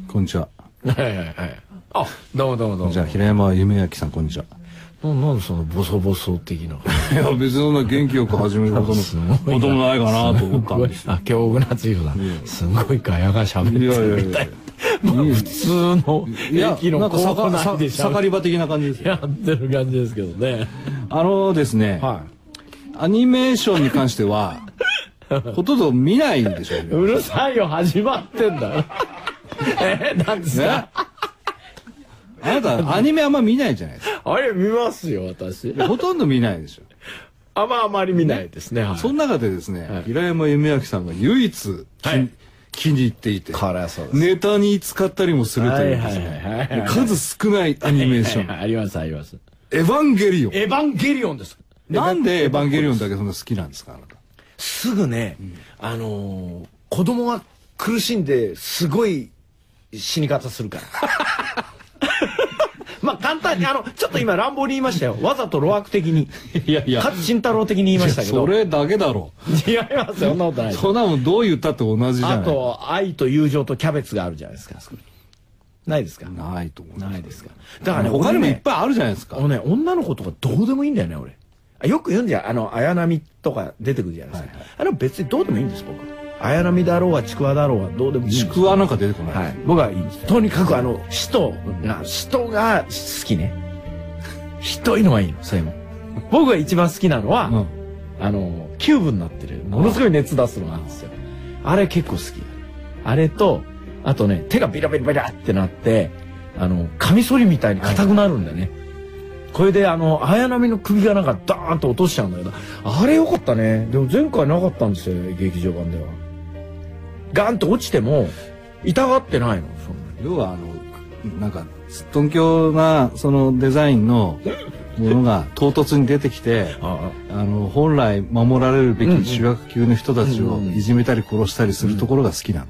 こんにちは。 はいはいはい。あ、どうもどうもどうも。 じゃあ平山夢明さん、こんにちは。 なんでそのボソボソ的な。 いや別にそんな元気よく始めるほどのこともないかなと思ったんですよ。 あ、京極夏彦さん。すごいガヤが喋ってるみたい。普通の駅の構内で盛り場的な感じです。 やってる感じですけどね。 ですね、アニメーションに関してはほとんど見ないんでしょうね。 うるさいよ、始まってんだ。なんですか。 あなたアニメあんま見ないじゃないですか。 あれ見ますよ、私。 ほとんど見ないでしょ。 あまり見ないですね。 その中でですね、平山夢明さんが唯一気に入っていて、ネタに使ったりもするというですね、数少ないアニメーション。 ありますあります。 エヴァンゲリオン。 エヴァンゲリオンです。 なんでエヴァンゲリオンだけそんな好きなんですか、あなた。 すぐね、子供が苦しんですごい死に方するから。まあ簡単にちょっと今乱暴に言いましたよ。わざと路悪的に。 いやいや。 勝慎太郎的に言いましたけど。 それだけだろう。 違いますよ。そんなことない。 そんなもんどう言ったって同じじゃない。 あと愛と友情とキャベツがあるじゃないですか。ないですか。 ないと思う。 ないですか。だからね、 他にもいっぱいあるじゃないですか。 女の子とかどうでもいいんだよね、俺。よく言うんじゃ綾波とか出てくるじゃないですか。別にどうでもいいんです、僕。綾波だろうがちくわだろうがどうでもいいんです。 ちくわなんか出てこない。 はい。僕はいいんです。とにかく人が好きね。人いのがいいの、そういうの。僕が一番好きなのは、キューブになってる、ものすごい熱出すのなんですよ。あれ結構好き。あれと、あとね、手がビラビラビラってなって、カミソリみたいに硬くなるんだよね。これで綾波の首がなんかダーンと落としちゃうんだけど、あれよかったね。でも前回なかったんですよ、劇場版では。ガンと落ちても痛がってないの。 要はなんかすっとんきょうなそのデザインのものが唐突に出てきて本来守られるべき主役級の人たちをいじめたり殺したりするところが好きなの。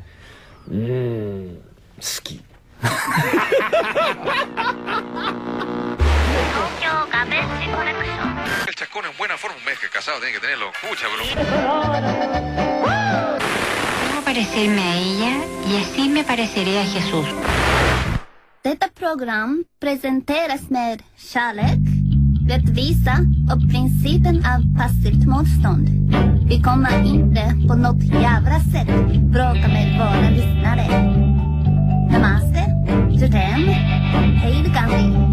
好き。 El chascón en buena forma, un mes que casado tiene que tenerlo. Pucha, bro. Debo parecerme a ella y así me pareceré a Jesús. Detta program presenteras med kärlek, rättvisa och principen av passivt motstånd. Vi kommer inte på något jävla sätt bråka med våra lyssnare. Namaste, Jutem, hej Gandhi.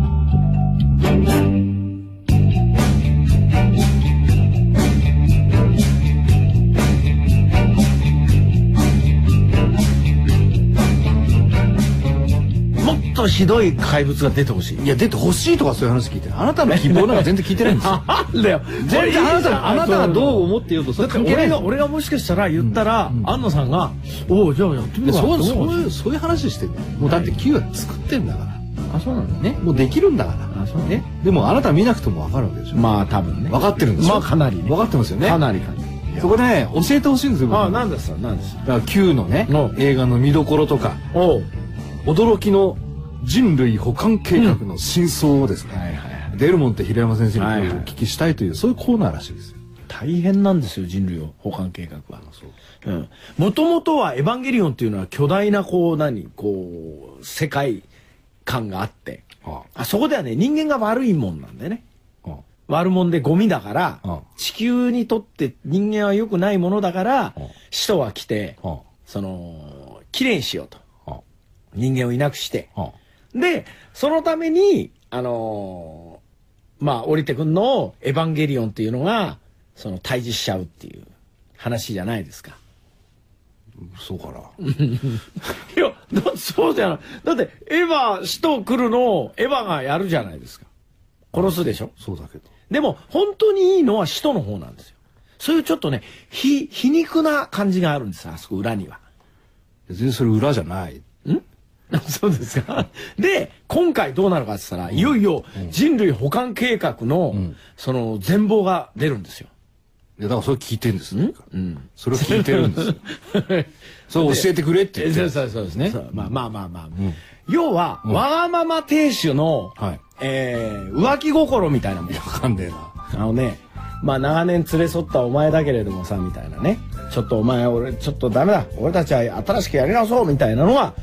もっとひどい怪物が出てほしい。 いや出てほしいとかそういう話聞いてない。あなたの希望なんか全然聞いてないんですよ。 なんだよ。 全然あなたがどう思っていようとそれ関係ない。 俺がもしかしたら言ったら安野さんが「おおじゃあやってみるか」 そういう話してる。もうだって Q は作ってんだから。 あ、そうなのね。もうできるんだから。 あ、そうね。でもあなた見なくても分かるわけでしょ。 まあ多分ね。 分かってるんですよ。 まあかなりね。 分かってますよね。 かなり。 そこでね教えてほしいんですよ。 あ、なんですか、なんですか。 だから Q のね映画の見どころとか驚きの人類補完計画の真相をですね、デルモンって平山先生にお聞きしたいというそういうコーナーらしいですよ。 大変なんですよ、人類を補完計画は。もともとはエヴァンゲリオンっていうのは巨大な世界観があって、そこではね人間が悪いもんなんでね、悪者でゴミだから、地球にとって人間は良くないものだから、使徒は来て、きれいにしようと、人間をいなくして。でそのために降りてくんのをエヴァンゲリオンっていうのが退治しちゃうっていう話じゃないですか。 そうかな。 いやだってそうじゃない。だってエヴァ使徒来るのをエヴァがやるじゃないですか。殺すでしょ。 そうだけど。でも本当にいいのは使徒の方なんですよ。そういうちょっとね皮肉な感じがあるんです、あそこ裏には。 別にそれ裏じゃない。 そうですか。で今回どうなるかって言ったら、いよいよ人類補完計画の全貌が出るんですよ。 いやだからそれ聞いてるんです。それを聞いてるんですよ。そう教えてくれって言って。 そうですね。まあ。要はわがまま亭主の浮気心みたいなもん。 わかんねえな。 長年連れ添ったお前だけれどもさみたいなね。ちょっとお前俺ちょっとダメだ。俺たちは新しくやり直そうみたいなのは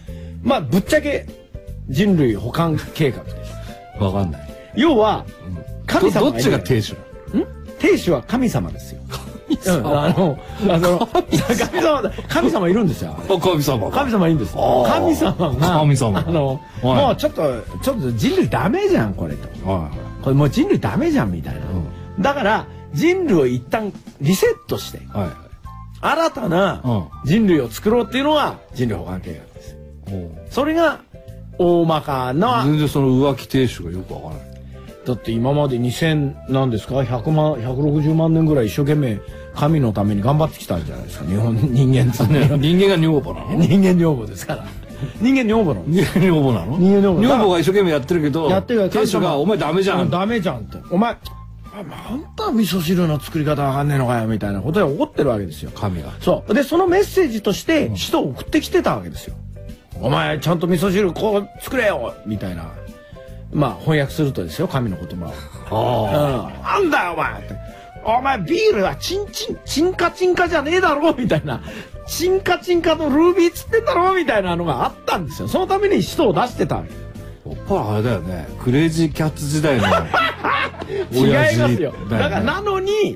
まあぶっちゃけ人類補完計画です。 わかんない。 要は神様どっちが亭主なの？ 亭主は神様ですよ。神様いるんですよ。 神様いるんです。神様がもうちょっと人類ダメじゃんこれと。これもう人類ダメじゃんみたいな。だから人類を一旦リセットして新たな人類を作ろうっていうのが人類補完計画です。それが大まかな。 全然その浮気亭主がよくわからない。 だって今まで2000なんですか160万年ぐらい一生懸命神のために頑張ってきたんじゃないですか人間人間が女房なの？ 人間女房ですから人間女房なの？ 人間女房なの？ 人間女房が一生懸命やってるけど亭主がお前ダメじゃんダメじゃんってお前あんた味噌汁の作り方わかんねえのかよみたいなことで怒ってるわけですよ神が。 そうでそのメッセージとして使徒を送ってきてたわけですよ。お前ちゃんと味噌汁こう作れよみたいな。まあ翻訳するとですよ神の言葉を。なんだよお前って。お前ビールはチンカじゃねえだろみたいな。チンカとルービーつってんだろみたいなのがあったんですよ。そのために使徒を出してたわけ。 やっぱりあれだよね。クレイジーキャッツ時代の親父。違いますよ。だからなのに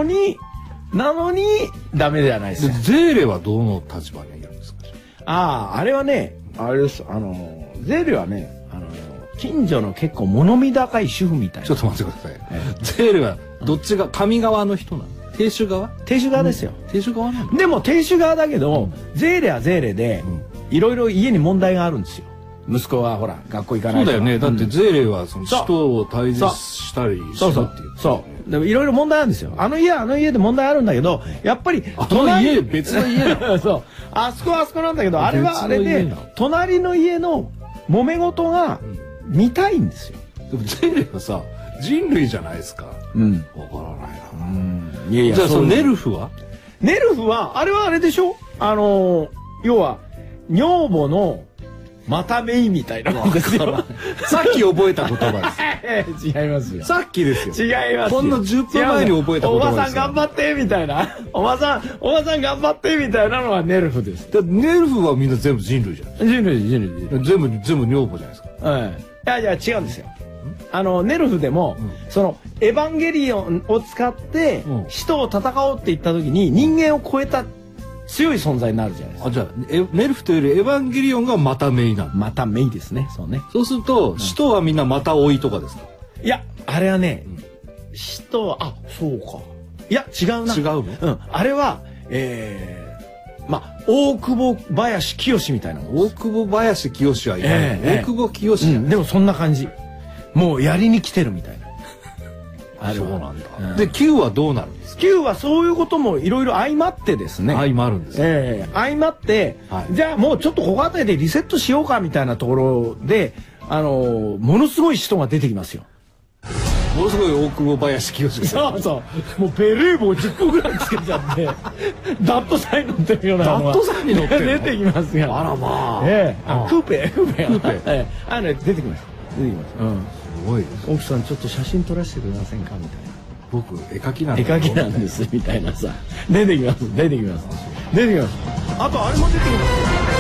ダメじゃないですよ。 ゼーレはどの立場にいるんですか？ あれはねあれですゼーレはね近所の結構物見高い主婦みたいな。 ちょっと待ってください。ゼーレはどっちが神側の人なの？亭主側？ 亭主側ですよ。 亭主側なの？ でも亭主側だけどゼーレはゼーレでいろいろ家に問題があるんですよ。息子はほら学校行かない。 そうだよね。だってゼーレはその使徒を退治したりしろっていう。 そうでもいろいろ問題あるんですよ。あの家で問題あるんだけどやっぱり家別の家なの？ そうあそこなんだけどあれはあれで隣の家の揉め事が見たいんですよ。 でもゼーレはさ人類じゃないですか。わからないな。 いやいやじゃあそのネルフはあれはあれでしょ。要は女房のまためいみたいなもんですよ。 さっき覚えた言葉です。違いますよ。 さっきですよ。 違いますよ。 ほんの10分前に覚えた言葉ですよ。 おばさん頑張ってみたいな。おばさん頑張ってみたいなのはネルフです。 ネルフはみんな全部人類じゃない。 人類。 全部女房じゃないですか。 はい。いや違うんですよ。ネルフでもそのエヴァンゲリオンを使って使徒を戦おうって言った時に人間を超えた強い存在になるじゃないですか。 じゃあネルフというよりエヴァンゲリオンがまたメイなの？ またメイですね。そうね。 そうすると使徒はみんなまた追いとかですか？ いやあれはね使徒はそうか。いや違うな。 違うの？ あれは大久保林清みたいなもんです。 大久保林清はいない。大久保清じゃない。 でもそんな感じ。もうやりに来てるみたいな。 そうなんだ。で Q はどうなるんですか？ Q はそういうこともいろいろ相まってですね。 相まるんです。 相まって、じゃあもうちょっと小型でリセットしようかみたいなところでものすごい人が出てきますよ。 ものすごい大久保林清そうもうベレー帽10個ぐらいつけちゃってダットサイに乗ってるようなダットサイに乗ってるの出てきますよ。 あらまあ。クーペ出てきます。 すごい。 奥さんちょっと写真撮らせてくれませんかみたいな。 僕絵描きなんですみたいなさ出てきます。あとあれも出てきますよ。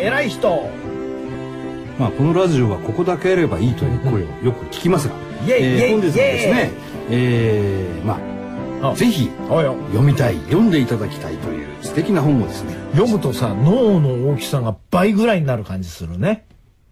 偉い人。 まあこのラジオはここだけやればいいという声をよく聞きますが、 イエイイエイ本日はですね、まあぜひ読みたい、読んでいただきたいという素敵な本をですね。 読むとさ、脳の大きさが倍ぐらいになる感じするね。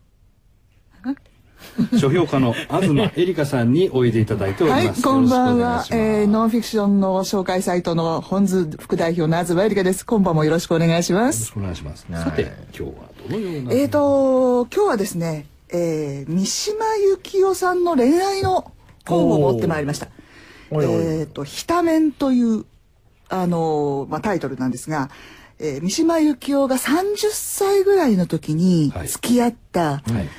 書評家の東エリカさんにおいでいただいております。 はい、こんばんは。ノンフィクションの紹介サイトの本図副代表の東エリカです。今晩もよろしくお願いします。 よろしくお願いします。さて、今日はどのような。 今日はですね、三島由紀夫さんの恋愛の本を持ってまいりました。ひためんというタイトルなんですが、三島由紀夫が30歳ぐらいの時に付き合った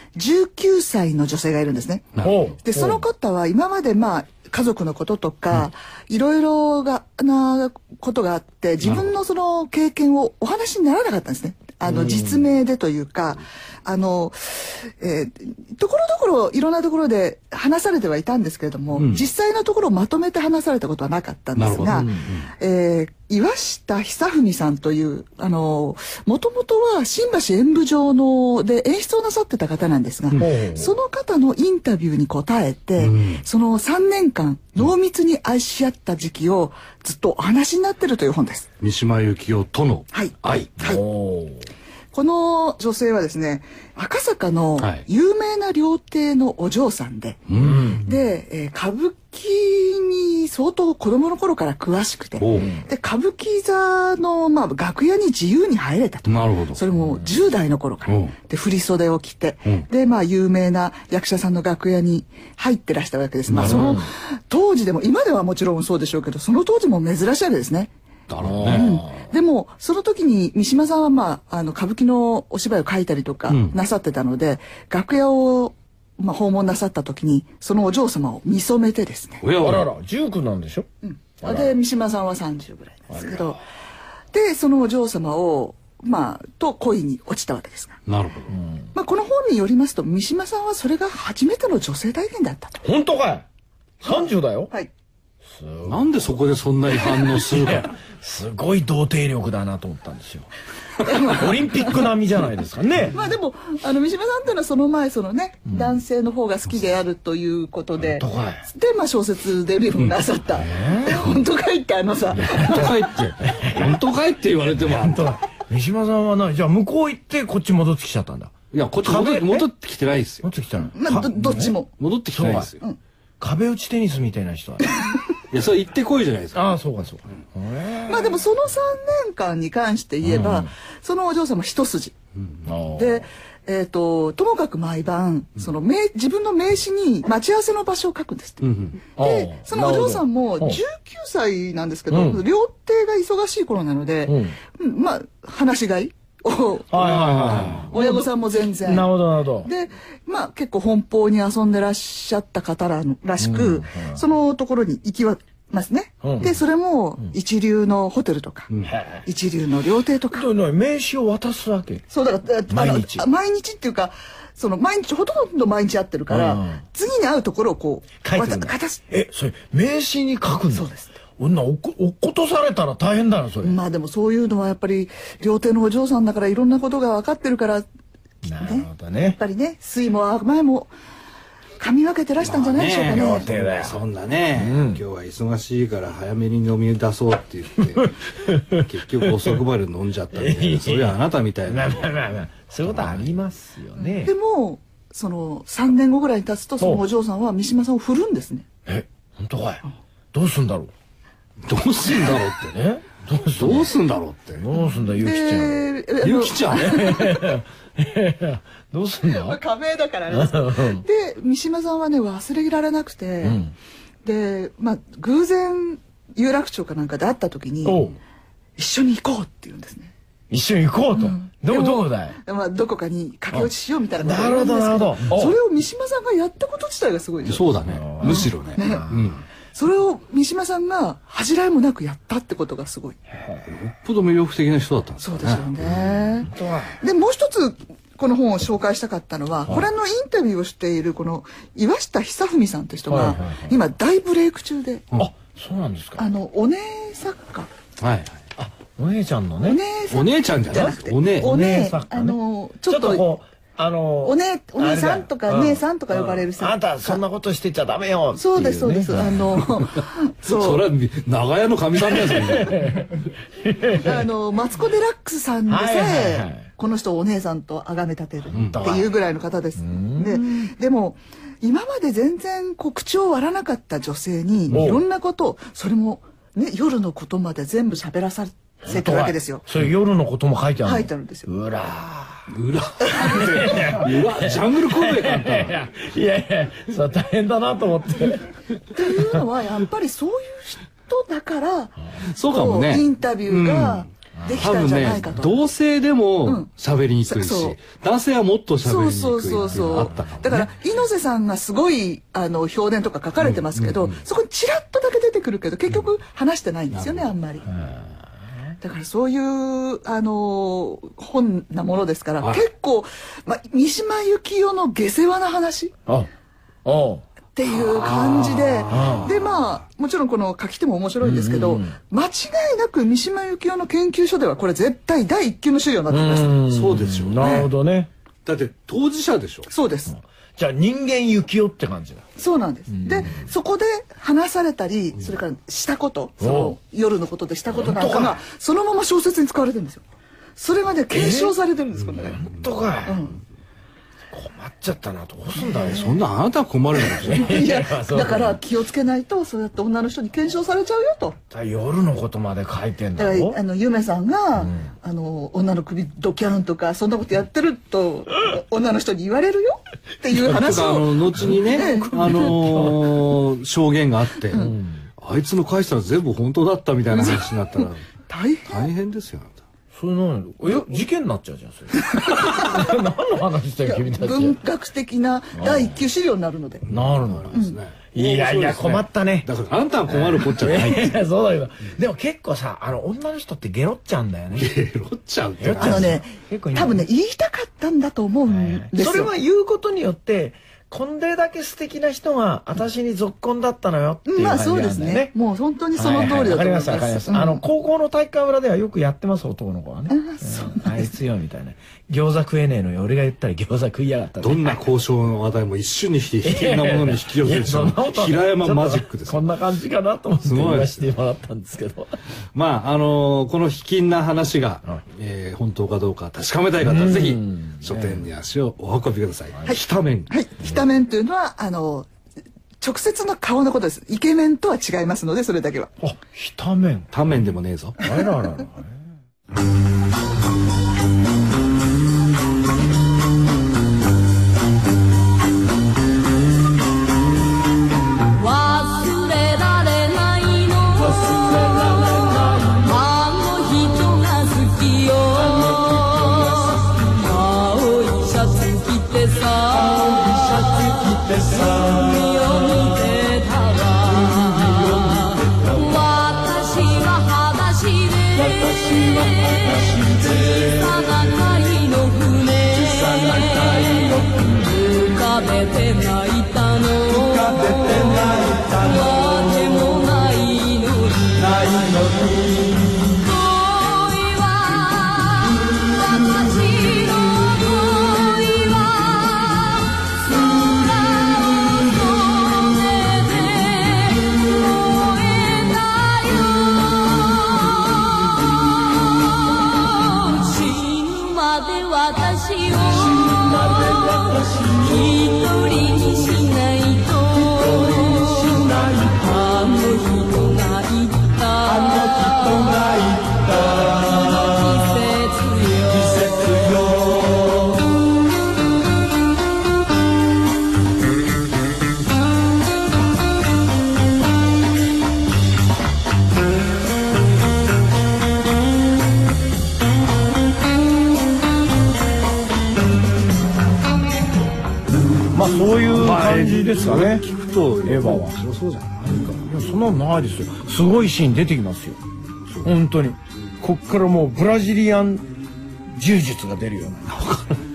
19歳の女性がいるんですね。でその方は今まで家族のこととかいろいろなことがあって自分のその経験をお話にならなかったんですね。実名でというかところどころいろんなところで話されてはいたんですけれども、実際のところをまとめて話されたことはなかったんですが、岩下久文さんというもともとは新橋演舞場で演出をなさってた方なんですが、その方のインタビューに答えて、その3年間濃密に愛し合った時期をずっとお話になってるという本です。 三島由紀夫との愛。 はい。この女性はですね、赤坂の有名な料亭のお嬢さんで、歌舞伎に相当子供の頃から詳しくて、で歌舞伎座の楽屋に自由に入れたと。 なるほど。 それも10代の頃から。で振袖を着て、で有名な役者さんの楽屋に入ってらしたわけです。その当時でも今ではもちろんそうでしょうけど、その当時も珍しいわけですね。 だろうね。 でもその時に三島さんは歌舞伎のお芝居を書いたりとかなさってたので、楽屋を訪問なさった時にそのお嬢様を見初めてですね。 あらら、19なんでしょ。 で三島さんは30ぐらいなんですけど、でそのお嬢様をと恋に落ちたわけですが。 なるほど。この本によりますと三島さんはそれが初めての女性体験だったと。 本当かい。30だよ。 はい。 なんでそこでそんなに反応するか。 すごい童貞力だなと思ったんですよ。オリンピック並みじゃないですかね。 でも三島さんっていうのはその前男性の方が好きであるということで、小説デビューもなさった。本当かいって本当かいって言われても三島さんはじゃあ向こう行ってこっち戻ってきちゃったんだ。 いやこっち戻ってきてないですよ。 戻ってきたの。 どっちも戻ってきてないですよ。 壁打ちテニスみたいな人は。 いやそれ行ってこいじゃないですか。 ああそうか。 でもその3年間に関して言えば、そのお嬢様一筋で、ともかく毎晩自分の名刺に待ち合わせの場所を書くんですって。でそのお嬢さんも19歳なんですけど、料亭が忙しい頃なので、話し飼い親御さんも全然。 なるほどなるほど。 で結構奔放に遊んでらっしゃった方らしく、そのところに行きますね。でそれも一流のホテルとか、一流の料亭とか。 名刺を渡すわけ。 そうだから毎日っていうか毎日ほとんど毎日会ってるから、次に会うところを書いてるんだ。それ名刺に書くんだ。 そうです。 落っことされたら大変だなそれ。 でもそういうのはやっぱり料亭のお嬢さんだからいろんなことが分かってるから、 なるほどね。 やっぱりね酸いも甘いも噛み分けてらしたんじゃないでしょうかね。 料亭だよ。 そんなね、今日は忙しいから早めに飲み出そうって言って結局遅くまで飲んじゃったんで、それはあなたみたいな。 そういうことありますよね。 でもその3年後ぐらいに経つとそのお嬢さんは三島さんを振るんですね。 本当かい。どうすんだろう。 どうすんだろうってね。どうすんだろうって。 どうすんだゆきちゃん。 ゆきちゃん。 どうすんだ。 仮名だからね。で三島さんはね忘れられなくて、で偶然有楽町かなんかで会った時に一緒に行こうって言うんですね。 一緒に行こうと。どこだい。 どこかに駆け落ちしようみたいなことなるほどなるほど。 それを三島さんがやったこと自体がすごいです。 そうだね。むしろね。 それを三島さんが恥じらいもなくやったってことがすごい。よっぽど魅力的な人だったんですね。 そうですよね。でもう一つこの本を紹介したかったのは、これのインタビューをしているこの岩下久文さんという人が今大ブレイク中で。 あ、そうなんですか。 お姉作家。 お姉ちゃんのね。 お姉ちゃんじゃなくて、お姉作家ね。 ちょっとこうお姉さんとか姉さんとか呼ばれるあんたそんなことしてちゃダメよ。 そうですそうです。 それは長屋の神さんですね。 マツコ・デラックスさんでさえこの人をお姉さんと崇め立てるっていうぐらいの方です。でも今まで全然口を割らなかった女性にいろんなことを、それもね、夜のことまで全部喋らさせてるわけですよ。 それ夜のことも書いてあるの？ 書いてあるんですよ。 うらジャングルコーデかったら。 いやそれ大変だなと思って。 っていうのはやっぱりそういう人だからそうかもね。 インタビューができたんじゃないかと。 同性でも喋りにくいし、男性はもっと喋りにくいっていうのがあったかもね。だから猪瀬さんがすごい評伝とか書かれてますけど、そこにチラッとだけ出てくるけど結局話してないんですよね、あんまり。だからそういう本なものですから、結構三島由紀夫の下世話な話っていう感じで、でもちろんこの書き手も面白いんですけど、間違いなく三島由紀夫の研究所ではこれ絶対第一級の資料になってます。 そうですよね。 なるほどね。 だって当事者でしょ。 そうです。 じゃあ人間由紀夫って感じだ。 そうなんです。でそこで話されたり、それからしたこと、その夜のことでしたことなんかがそのまま小説に使われてるんですよ。それまで検証されてるんです。これね。 本当かい。困っちゃったな。どうすんだね。 そんなあなたは困るんですよ。 いやだから気をつけないとそうやって女の人に検証されちゃうよと。 夜のことまで書いてんだろ。 だからゆめさんが女の首ドキャンとかそんなことやってると女の人に言われるよっていう話を後にね証言があって、あいつの返したら全部本当だったみたいな話になったら大変ですよ。 それ事件になっちゃうじゃんそれ。何の話してる君たち。 文学的な第一級資料になるので。 なるのですね。いや困ったね。 だからあんたは困るこっちゃない。 そうだよ。でも結構さ女の人ってゲロっちゃうんだよね。 ゲロっちゃうって多分ね言いたかったんだと思うんですよ。 それは言うことによってこんでだけ素敵な人が私にぞっこんだったのよっていう感じなんだよね。 そうですね。もう本当にその通りだと思います。 わかりますわかります。高校の体育館裏ではよくやってます男の子はね。あいつよみたいな。餃子食えねえのよ俺が言ったら餃子食いやがった。 どんな交渉の話題も一瞬にして卑近なものに引き寄せる平山マジックです。 こんな感じかなと思って言わせてもらったんですけど。 この卑近な話が本当かどうか確かめたい方はぜひ書店に足をお運びください。非多面。 はい。非多面というのは直接の顔のことです。イケメンとは違いますのでそれだけは。 非多面。 多面でもねえぞ。 あらあら。そういう感じですかね。 聞くとエヴァは面白そうじゃないか。 いやそんなのないですよ。すごいシーン出てきますよ。本当に。こっからもうブラジリアン柔術が出るような。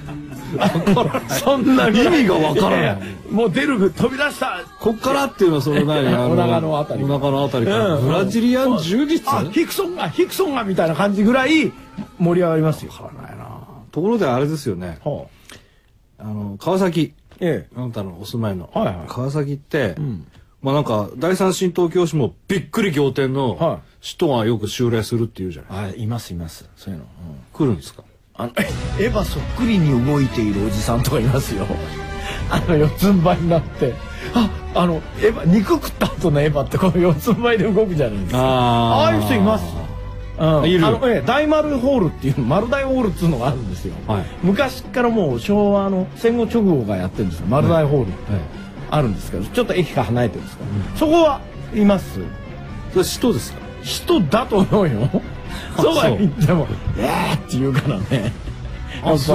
そんな意味がわからない。 もう出る飛び出した。 こっからっていうのはその何お腹のあたり。 お腹のあたりから。ブラジリアン柔術。 ヒクソンがみたいな感じぐらい盛り上がりますよ。 わからないな。ところであれですよね。川崎。あなたのお住まいの。川崎って、まあなんか第三神道教師もびっくり仰天の人がよく襲来するっていうじゃない。 いますそういうの。 来るんですか。 エヴァそっくりに動いているおじさんとかいますよ。四つん這いになって、エヴァ肉食った後のエヴァってこの四つん這いで動くじゃないですか。ああいう人います。大丸ホールっていう丸大ホールっていうのがあるんですよ。昔からもう昭和の戦後直後がやってるんですよ。丸大ホールあるんですけど、ちょっと駅から離れてるんですけど、そこはいます。 それ人ですか。 人だと思うよ。そばに行ってもって言うからね。そう。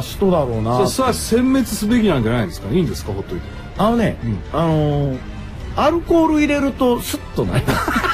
人だろうな。 それは殲滅すべきなんじゃないですか。いいんですか、ほっといて。 アルコール入れるとスッとなる。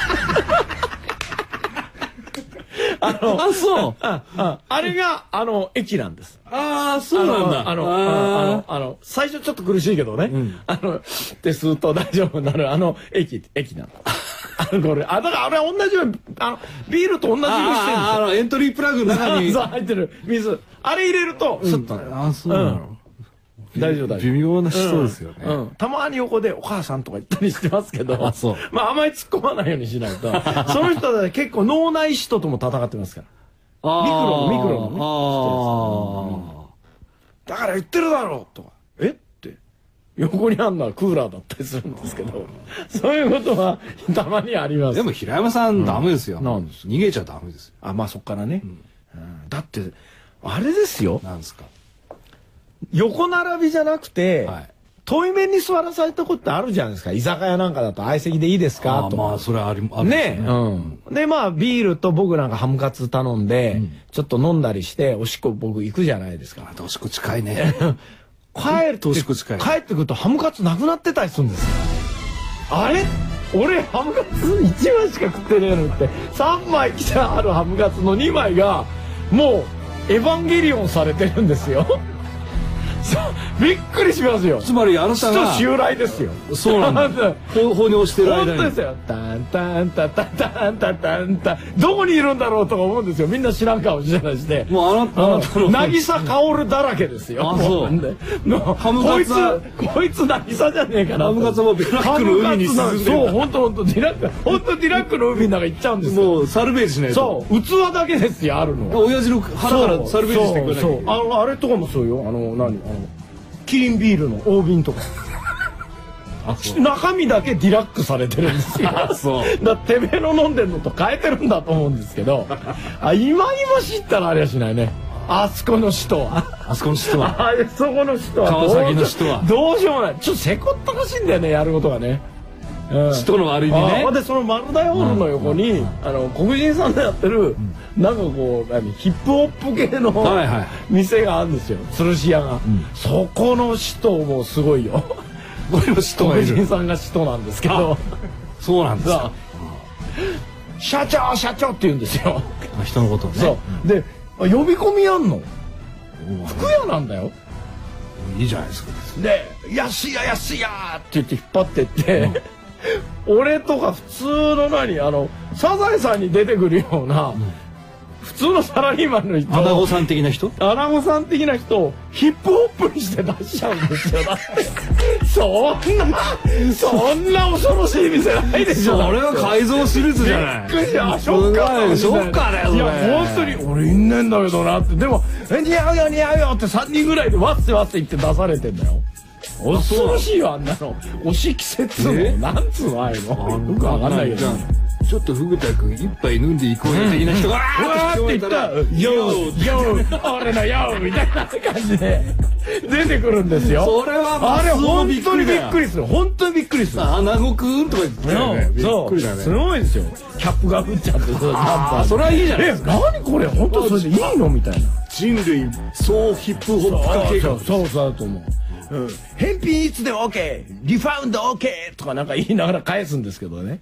そう。 あれが駅なんです。 そうなんだ。最初ちょっと苦しいけどね。って吸うと大丈夫になる駅なんだ。これだからあれは同じようにビールと同じ色してるんですよ。 エントリープラグの中に入ってる水あれ入れるとスッとなる。 そうなの。 大丈夫。 微妙な人ですよね。 たまに横でお母さんとか言ったりしてますけど、あまり突っ込まないようにしないと。その人は結構脳内使徒とも戦ってますから。ミクロのね。だから言ってるだろうとか。って横にあんのはクーラーだったりするんですけど、そういうことはたまにあります。 でも平山さんダメですよ。 なんです。 逃げちゃダメですよ。 そっからね。だってあれですよ。 なんですか。 横並びじゃなくて、対面に座らされたことってあるじゃないですか。居酒屋なんかだと相席でいいですかとか。 それあるね。でビールと僕なんかハムカツ頼んでちょっと飲んだりしておしっこ僕行くじゃないですか。 おしっこ近いね。 帰ってくるとハムカツなくなってたりするんですよ。あれ俺ハムカツ1枚しか食ってねえのって3枚来てあるハムカツの2枚がもうエヴァンゲリオンされてるんですよ。びっくりしますよ。 つまりあなたが襲来ですよ。 そうなんだ。法に押してる間に。 本当ですよ。タンタンタタタンタタンタどこにいるんだろうとか思うんですよ。みんな知らん顔してたりして。 もうあなたの渚薫だらけですよ。 ハムカツこいつ渚じゃねえかな。 ハムカツもディラックの海に沈んでる。 そう本当ディラックの海の中行っちゃうんですよ。 もうサルベージしないと。 そう器だけですよあるの。 親父の腹からサルベージしてくれない。 そうあれとかもそうよ。キリンビールの大瓶とか中身だけディラックされてるんですよ。だっててめえの飲んでるのと変えてるんだと思うんですけど、今知ったらありゃしないね。あそこの人はそこの人は川崎の人はどうしようもない。ちょっとせこったらしいんだよねやることがね。 人の悪いね。 でその丸大ホールの横に黒人さんでやってるなんかこうヒップホップ系の店があるんですよ。吊るし屋が。そこの人もすごいよ。黒人さんが人なんですけど。 そうなんですか。 社長って言うんですよ。 人のことね。 そうで呼び込みやんの。服屋なんだよ。 いいじゃないですか。 で安いやって言って引っ張ってって。俺とか普通のサザエさんに出てくるような普通のサラリーマンの人、 アナゴさん的な人をヒップホップにして出しちゃうんですよ。だってそんな恐ろしい店ないでしょ。 それは改造シリーズじゃない。 びっくりした。ショッカーだよ。いや本当に俺いんねんだけどなって。でも似合うよって3人ぐらいでわっせ言って出されてんだよ。恐ろしいよあんなの。押し着せっつうのなんつうのああいうのよくわかんないけど。 ちょっとフグタ君一杯飲んでいこうよ的な人がわーって言ったら「ヨー俺のヨー」みたいな感じで出てくるんですよ。 それはあれ本当にびっくりする。本当にびっくりする。 アナゴくんとか言ってたよね。びっくりだね。 すごいですよ。キャップが降っちゃってそれはいいじゃないですか。 何これ本当それでいいのみたいな。 人類総ヒップホップ化計画。 そうだと思う。返品いつでも OK リファウンド OK とかなんか言いながら返すんですけどね。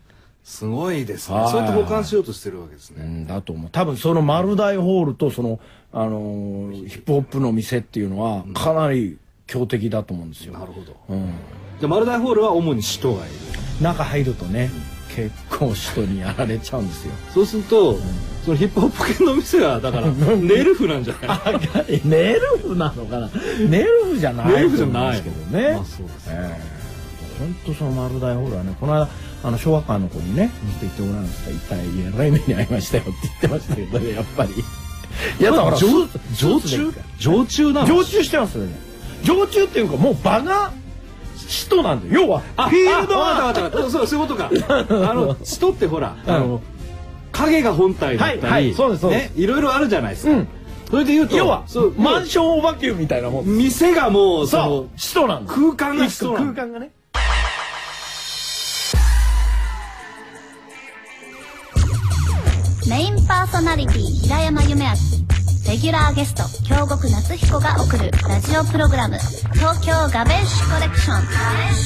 すごいですね。そうやって保管しようとしてるわけですね。 だと思う。多分その丸大ホールとそのヒップホップの店っていうのはかなり強敵だと思うんですよ。 なるほど。じゃあ丸大ホールは主に使徒がいる。 中入るとね、結構使徒にやられちゃうんですよ。 そうすると、そのヒップホップ系の店はだからネルフなんじゃない？ ネルフなのかな？ネルフじゃない。 ネルフじゃないですけどね。 まあそうですね。 本当その丸大ホールはね、この間小学館の子にね見ていってごらんって言ったら、一体えらい目に遭いましたよって言ってましたけどね、やっぱり。いやだから常駐なの？ 常駐してますよね。常駐っていうかもう場が使徒なんだよ。要はフィールドはそういうことか。使徒ってほら影が本体だったりね、いろいろあるじゃないですか。それで言うと要はマンションオバキューみたいなもん。 店がもうそう使徒なんだ。 空間が使徒なんだ。 空間がね。 メインパーソナリティ平山夢明、レギュラーゲスト京極夏彦が送るラジオプログラム東京ガベッシュコレクション。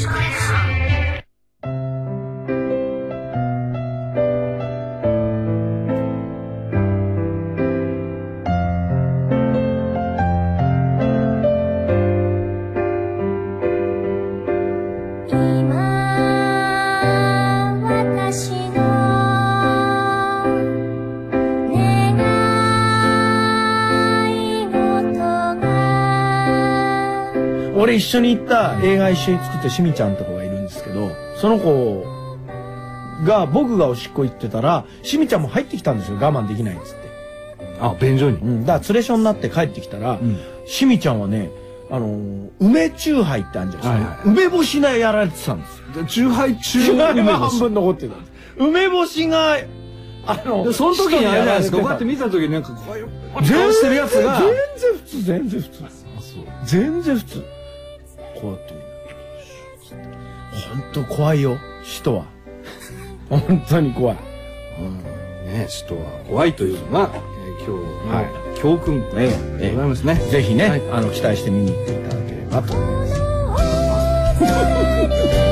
俺一緒に行った映画一緒に作ってしみちゃんって子がいるんですけど、その子が僕がおしっこ行ってたらしみちゃんも入ってきたんですよ。我慢できないっつって。 あ、便所に。 だから連れショになって帰ってきたら、しみちゃんはね梅チューハイってあるじゃないですか。梅干しがやられてたんですよ。 チューハイ中梅半分残ってたんです。梅干しがその時にあれじゃないですか。こうやって見た時になんかこういう顔してるやつが全然普通。全然普通。こうやって本当怖いよ使徒は。本当に怖い。 ね、使徒は怖いというのが今日の教訓でございますね。 ぜひね期待して見に行っていただければと思います。